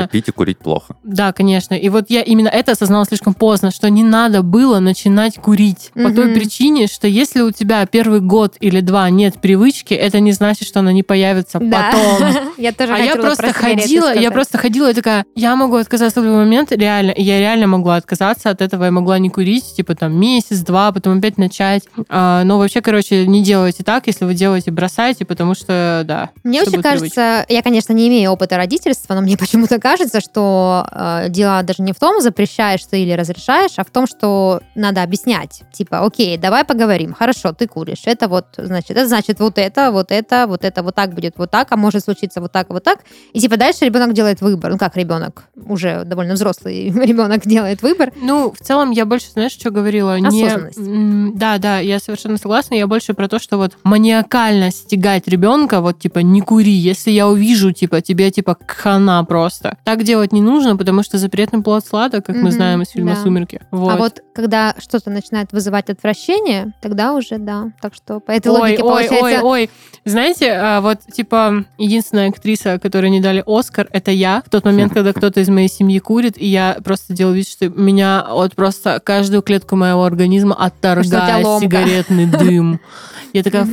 что пить и курить плохо. Да, конечно. И вот я именно это осознала слишком поздно, что не надо было начинать курить. По Мгм. той причине, что если у тебя первый год или два нет привычки, это не значит, что она не появится Да. потом. Я тоже А я хотела просто про сигареты ходила, я сказать. просто ходила и такая, я могу отказаться в любой момент, реально, и я реально могла отказаться от этого, я могла не курить, типа там месяц-два, потом опять начать. А, но вообще, короче, не делайте так, если вы делаете, бросайте, потому что, да. Мне что вообще будет привычка. кажется, я, конечно, не имею опыта родительства, но мне почему-то кажется, что э, дело даже не в том, запрещаешь ты или разрешаешь, а в том, что надо объяснять. Типа, окей, давай поговорим. Хорошо, ты куришь. Это вот, значит, это значит вот это, вот это, вот это, вот так будет, вот так, а может случиться вот так, вот так. И типа дальше ребенок делает выбор. Ну как ребенок? Уже довольно взрослый ребенок делает выбор. Ну, в целом, я больше, знаешь, что говорила? Не, Осознанность. м, да, да, я совершенно согласна. Я больше про то, что вот маниакально стягать ребенка, вот типа не кури. Если я увижу, типа тебе типа хана просто. Так делать не нужно, потому что запретный плод сладок, как мы Мгм, знаем из фильма да. «Сумерки». Вот. А вот когда что-то начинает вызывать отвращение, тогда уже да. Так что по этой Ой, логике ой, получается... ой, ой. Знаете, а, вот, типа, единственная актриса, которой не дали Оскар, это я. В тот момент, когда кто-то из моей семьи курит, и я просто делаю вид, что меня вот просто каждую клетку моего организма Что у тебя отторгает ломка. сигаретный дым. Я такая,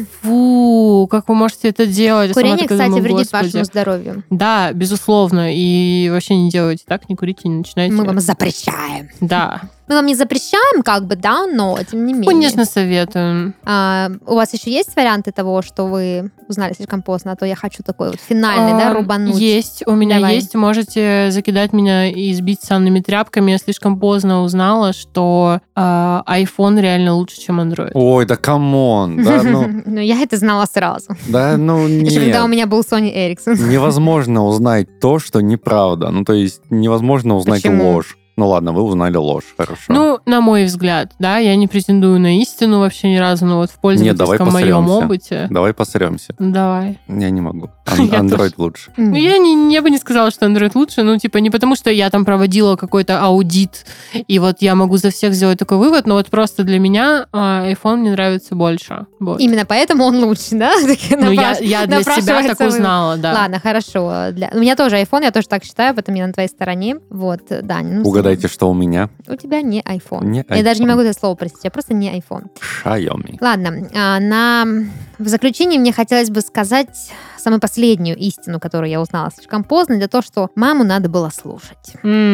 фу, как вы можете это делать? Я сама Курение, такая кстати, думаю, вредит «Господи». вашему здоровью. Да, безусловно. И вообще не делайте так, не курите, не начинайте. Мы вам запрещаем. Да. Мы вам не запрещаем, как бы, да, но тем не менее. Конечно, советуем. А, у вас еще есть варианты того, что вы узнали слишком поздно, а то я хочу такой вот финальный, да, А, рубануть. Есть, у меня Давай. есть. Можете закидать меня и избить санными тряпками. Я слишком поздно узнала, что а, iPhone реально лучше, чем Android. Ой, да камон, да, ну, Ну, я это знала сразу. да, ну Еще когда у нет. меня был Sony Ericsson. Невозможно узнать то, что неправда. Ну, то есть невозможно узнать Почему? ложь. Ну ладно, вы узнали ложь, хорошо. Ну, на мой взгляд, да, я не претендую на истину вообще ни разу, но вот в Нет, давай пользовательском моем посремся. опыте. Давай посремся. Давай. Я не могу. Ан- Я Android тоже. лучше. Ну, я, не, я бы не сказала, что Android лучше, ну, типа, не потому, что я там проводила какой-то аудит, и вот я могу за всех сделать такой вывод, но вот просто для меня а, iPhone мне нравится больше. Вот. Именно поэтому он лучше, да? Так Ну, я, напраш- я для себя напрашивается так вывод. узнала, да. Ладно, хорошо. Для... У меня тоже iPhone, я тоже так считаю, поэтому я на твоей стороне. Вот, Дань. Ну, Угадайте, что у меня? У тебя не iPhone. Не Я даже не iPhone. могу это слово простить, я просто не iPhone. Xiaomi. Ладно, а, на... в заключение мне хотелось бы сказать самую последнюю истину, которую я узнала слишком поздно, это то, что маму надо было слушать.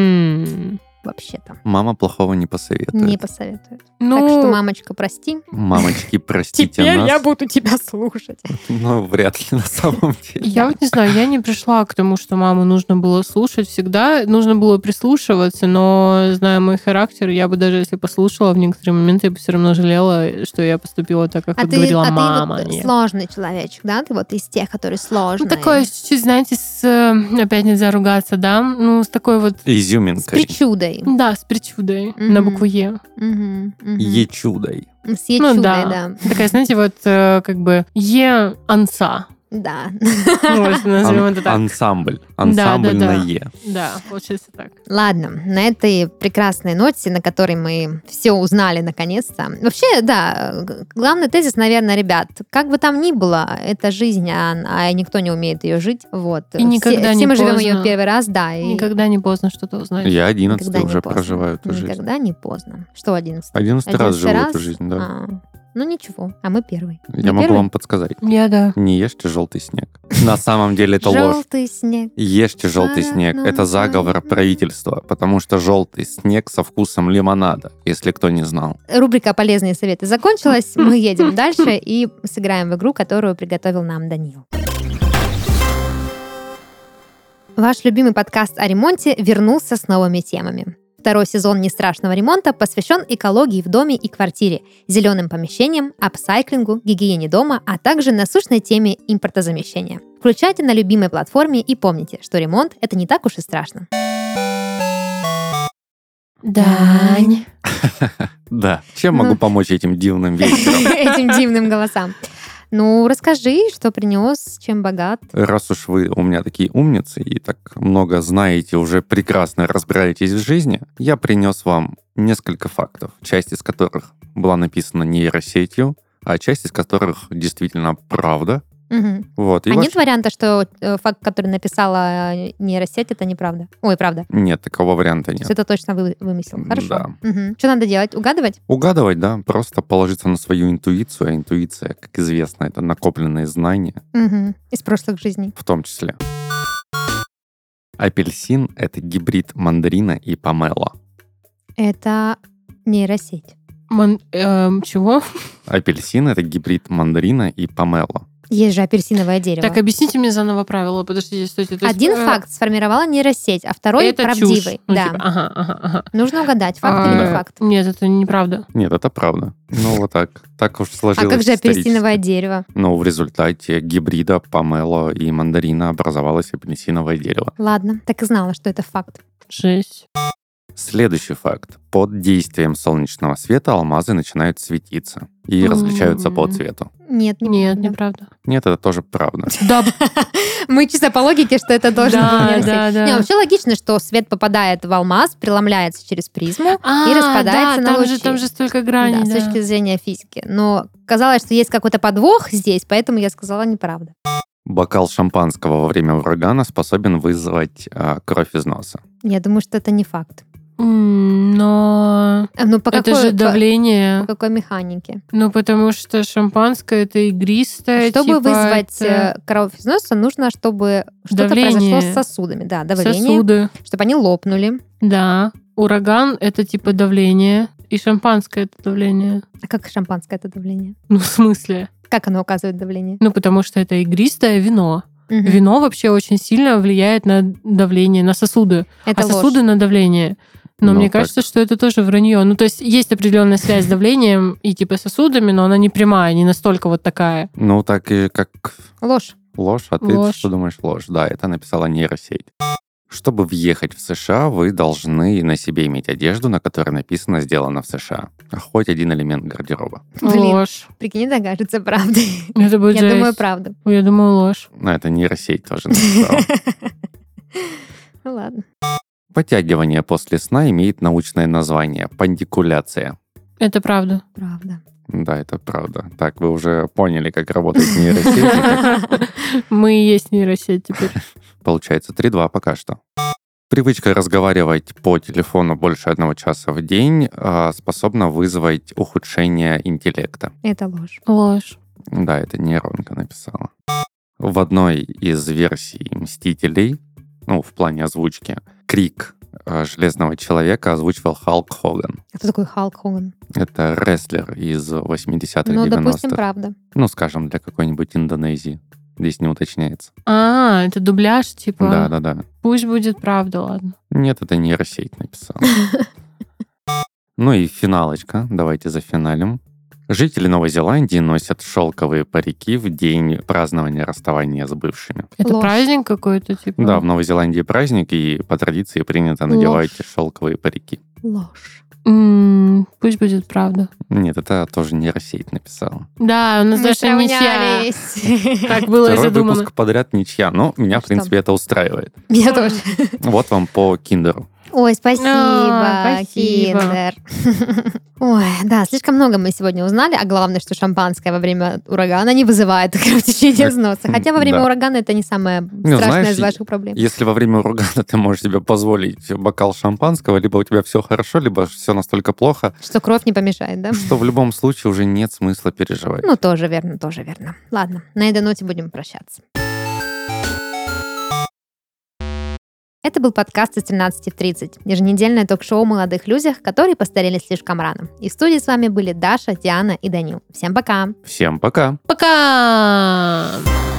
М, Вообще-то. Мама плохого не посоветует. Не посоветую. Ну, Так что, мамочка, прости. Мамочки, простите Теперь нас. я буду тебя слушать. Ну, вряд ли на самом деле. я вот не знаю, я не пришла к тому, что маму нужно было слушать. Всегда нужно было прислушиваться, но, зная мой характер, я бы даже если послушала в некоторые моменты, я бы все равно жалела, что я поступила так, как А вот ты, говорила а мама. ты вот нет. сложный человечек, да? Ты вот из тех, которые сложные. Ну, такое чуть-чуть, знаете, с... э, опять нельзя ругаться, да? Ну, с такой вот... С Изюминкой. причудой. Да, с причудой Мгм. на букву Е. Мгм, мгм. Ечудой. С ечудой, Ну да. да. Такая, знаете, вот э, как бы Е-анца. Да. Вот, назовем Ан- это так. Ансамбль. Ансамбль да, да. на Е. Да, получается так. Ладно, на этой прекрасной ноте, на которой мы все узнали наконец-то. Вообще, да, г- главный тезис, наверное, ребят, как бы там ни было, это жизнь, а, а никто не умеет ее жить. Вот. И никогда все, не все мы живем поздно. ее первый раз, да. И Никогда не поздно что-то узнать. Я одиннадцатый никогда не уже поздно. проживаю эту жизнь. Никогда не поздно. Что одиннадцатый? Одиннадцатый раз живу раз? эту жизнь, да. А, ну ничего, а мы первый. Я Мы могу первый? вам подсказать. Я, да. Не ешьте желтый снег. На самом деле это ложь. Желтый снег. Ешьте желтый снег. Это заговор правительства, потому что желтый снег со вкусом лимонада, если кто не знал. Рубрика «Полезные советы» закончилась. Мы едем дальше и сыграем в игру, которую приготовил нам Данил. Ваш любимый подкаст о ремонте вернулся с новыми темами. Второй сезон «Нестрашного ремонта» посвящен экологии в доме и квартире, зеленым помещениям, апсайклингу, гигиене дома, а также насущной теме импортозамещения. Включайте на любимой платформе и помните, что ремонт – это не так уж и страшно. Дань. Да. Чем Ну. могу помочь этим дивным вечером? Этим дивным голосам. Ну, расскажи, что принес, чем богат. Раз уж вы у меня такие умницы и так много знаете, уже прекрасно разбираетесь в жизни, я принес вам несколько фактов, часть из которых была написана нейросетью, а часть из которых действительно правда. Мгм. Вот. И А вообще- нет варианта, что э, факт, который написала э, нейросеть, это неправда? Ой, правда. Нет, такого варианта То есть нет. это точно вы, вымысел. Хорошо. Да. Мгм. Что надо делать? Угадывать? Угадывать, да, просто положиться на свою интуицию, а интуиция, как известно, это накопленные знания, Мгм. Из прошлых жизней. в том числе. Апельсин — это гибрид мандарина и помело. Это нейросеть. Мон- эм, чего? Апельсин — это гибрид мандарина и помело. Есть же апельсиновое дерево. Так, объясните мне заново правила. Подождите, стойте. То есть, Один э, факт сформировала нейросеть, а второй это правдивый. чушь. Ну, Да. типа, ага, ага, ага. Нужно угадать, факт А, или не Да. факт. Нет, это неправда. Нет, это правда. Ну, вот так. Так уж А сложилось как же исторически. апельсиновое дерево? Ну, в результате гибрида помело и мандарина образовалось апельсиновое дерево. Ладно, так и знала, что это факт. Жесть. Следующий факт. Под действием солнечного света алмазы начинают светиться и М. различаются по цвету. Нет, не Нет, правда. неправда. Нет, это тоже правда. Да, Мы чисто по логике, что это тоже Да, нейросеть. да, да. Не, вообще логично, что свет попадает в алмаз, преломляется через призму А, и распадается да, на там лучи. же, там же столько Да, граней. с да. точки зрения физики. Но казалось, что есть какой-то подвох здесь, поэтому я сказала неправда. Бокал шампанского во время урагана способен вызвать а, кровь из носа. Я думаю, что это не факт. М, Но А, Ну, по это какой, же по- давление. по какой механике? Ну, потому что шампанское это игристое. Чтобы типа, вызвать это э, кровь из носа, нужно, чтобы что-то Давление. произошло с сосудами. Да, давление. сосуды. Чтобы они лопнули. Да. Ураган это типа давление. И шампанское это давление. А как шампанское это давление? Ну, в смысле? Как оно указывает давление? Ну, потому что это игристое вино. Мгм. Вино вообще очень сильно влияет на давление, на сосуды. Это а ложь. сосуды на давление. Но Ну, мне так. кажется, что это тоже вранье. Ну, то есть есть определенная связь с давлением и типа сосудами, но она не прямая, не настолько вот такая. Ну, так и как Ложь. ложь, а ты Ложь. что думаешь ложь? Да, это написала нейросеть. Чтобы въехать в США, вы должны на себе иметь одежду, на которой написано «Сделано в США». Хоть один элемент гардероба. Блин, Ложь. прикинь, это кажется правдой. Это будет Я жесть. думаю, правда. Я думаю, ложь. Но это нейросеть тоже написала. Ну ладно. Подтягивание после сна имеет научное название – пандикуляция. Это правда. Правда. Да, это правда. Так, вы уже поняли, как работает нейросеть. Мы и есть нейросеть теперь. Получается три-два пока что. Привычка разговаривать по телефону больше одного часа в день а, способна вызвать ухудшение интеллекта. Это ложь. Ложь. Да, это нейронка написала. В одной из версий «Мстителей», ну, в плане озвучки, крик а, Железного Человека озвучивал Халк Хоган. А кто такой Халк Хоган? Это рестлер из восьмидесятых, Ну, допустим, девяностых. правда. Ну, скажем, для какой-нибудь Индонезии. Здесь не уточняется. А, это дубляж, типа. Да-да-да. Пусть будет правда, ладно. Нет, это нейросеть написала. Ну и финалочка. Давайте за финалем. Жители Новой Зеландии носят шелковые парики в день празднования расставания с бывшими. Это Ложь. праздник какой-то, типа? Да, в Новой Зеландии праздник, и по традиции принято надевать шелковые парики. Ложь. М, Пусть будет правда. Нет, это тоже нейросеть написала. Да, у нас Мы даже ничья. сравнялись. Так было и Второй задумано. выпуск подряд ничья. Но меня, в Что? принципе, это устраивает. Меня тоже. Вот вам по киндеру. Ой, спасибо, А, спасибо. Киндер. Ой, да, слишком много мы сегодня узнали, а главное, что шампанское во время урагана не вызывает кровотечения из носа. Хотя во время Да. урагана это не самое Ну, страшное знаешь, из ваших проблем. Если во время урагана ты можешь себе позволить бокал шампанского, либо у тебя все хорошо, либо все настолько плохо, Что кровь не помешает, да? что в любом случае уже нет смысла переживать. Ну, тоже верно, тоже верно. Ладно, на этой ноте будем прощаться. Это был подкаст из тринадцати в тридцать, еженедельное ток-шоу о молодых людях, которые постарели слишком рано. И в студии с вами были Даша, Диана и Данил. Всем пока! Всем пока! Пока!